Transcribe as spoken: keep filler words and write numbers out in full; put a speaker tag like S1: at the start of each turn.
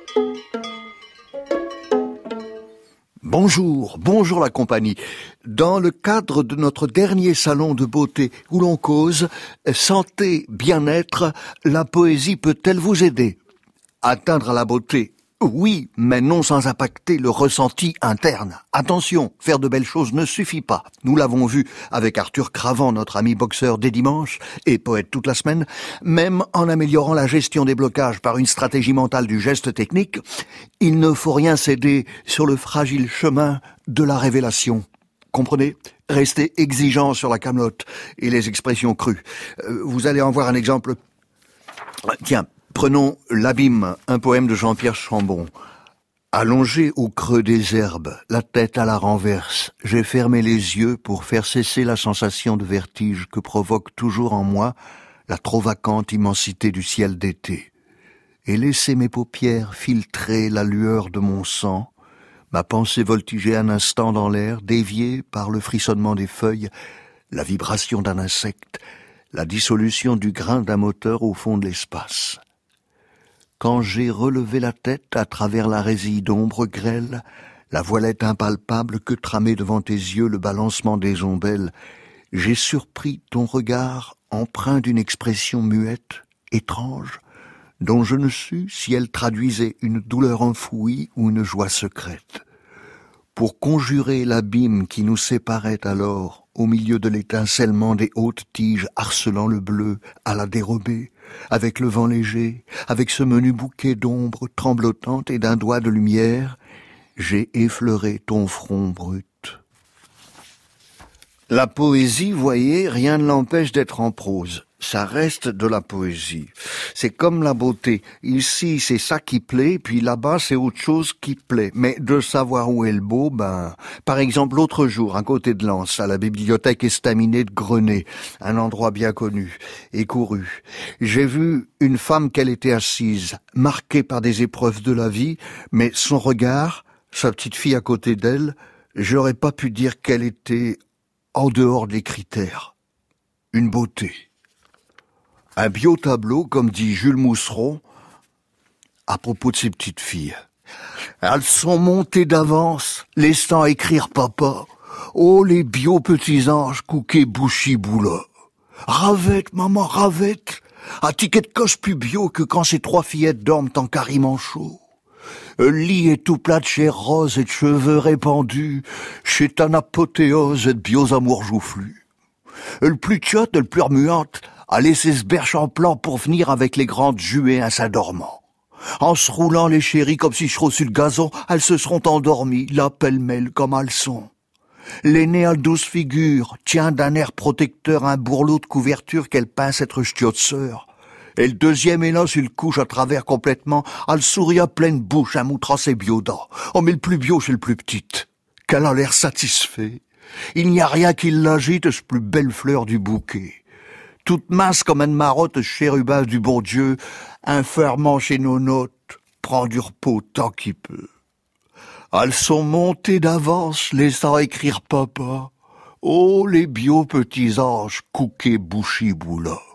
S1: Bonjour, bonjour la compagnie. Dans le cadre de notre dernier salon de beauté où l'on cause santé, bien-être, la poésie peut-elle vous aider? Atteindre la beauté, oui, mais non sans impacter le ressenti interne. Attention, faire de belles choses ne suffit pas. Nous l'avons vu avec Arthur Cravant, notre ami boxeur des dimanches et poète toute la semaine. Même en améliorant la gestion des blocages par une stratégie mentale du geste technique, il ne faut rien céder sur le fragile chemin de la révélation. Comprenez? Restez exigeant sur la camelote et les expressions crues. Vous allez en voir un exemple. Tiens, prenons L'Abîme, un poème de Jean-Pierre Chambon. Allongé au creux des herbes, la tête à la renverse, j'ai fermé les yeux pour faire cesser la sensation de vertige que provoque toujours en moi la trop vacante immensité du ciel d'été, et laissé mes paupières filtrer la lueur de mon sang, ma pensée voltiger un instant dans l'air, déviée par le frissonnement des feuilles, la vibration d'un insecte, la dissolution du grain d'un moteur au fond de l'espace. Quand j'ai relevé la tête à travers la résille d'ombre grêle, la voilette impalpable que tramait devant tes yeux le balancement des ombelles, j'ai surpris ton regard empreint d'une expression muette, étrange, dont je ne sus si elle traduisait une douleur enfouie ou une joie secrète. Pour conjurer l'abîme qui nous séparait alors, au milieu de l'étincellement des hautes tiges harcelant le bleu à la dérobée, avec le vent léger, avec ce menu bouquet d'ombre tremblotante et d'un doigt de lumière, j'ai effleuré ton front brut. La poésie, voyez, rien ne l'empêche d'être en prose. Ça reste de la poésie. C'est comme la beauté. Ici, c'est ça qui plaît, puis là-bas, c'est autre chose qui plaît. Mais de savoir où est le beau, ben... Par exemple, l'autre jour, à côté de Lens, à la bibliothèque estaminée de Grenay, un endroit bien connu et couru, j'ai vu une femme qu'elle était assise, marquée par des épreuves de la vie, mais son regard, sa petite fille à côté d'elle, j'aurais pas pu dire qu'elle était en dehors des critères. Une beauté. Un bio-tableau, comme dit Jules Mousseron, à propos de ces petites filles. Elles sont montées d'avance, laissant écrire papa. Oh, les bio petits anges, couqués bouchi-boula. Ravette, maman, ravette. Un ticket de coche plus bio que quand ces trois fillettes dorment en carrément chaud. Le lit est tout plat de chair rose et de cheveux répandus. C'est un apothéose de bios amours joufflus. Le plus tchotte, le plus remuante, a laissé ce berche en plan pour venir avec les grandes juées à sa dormant. En se roulant les chéris comme si je sur le gazon, elles se seront endormies, la pêle-mêle comme elles sont. L'aînée a douce figure, tient d'un air protecteur un bourlot de couverture qu'elle pince être ch'tiote sœur. Et le deuxième est là, sur le couche à travers complètement, elle sourit à pleine bouche, un moutrant ses biodas. Oh, mais le plus bio, c'est le plus petite. Qu'elle a l'air satisfait. Il n'y a rien qui l'agite, ce plus belle fleur du bouquet. Toute mince comme une marotte chérubin du bon Dieu, infirmant chez nos notes, prend du repos tant qu'il peut. Elles sont montées d'avance, laissant écrire papa. Oh, les bio petits anges, couqués bouchi-boula.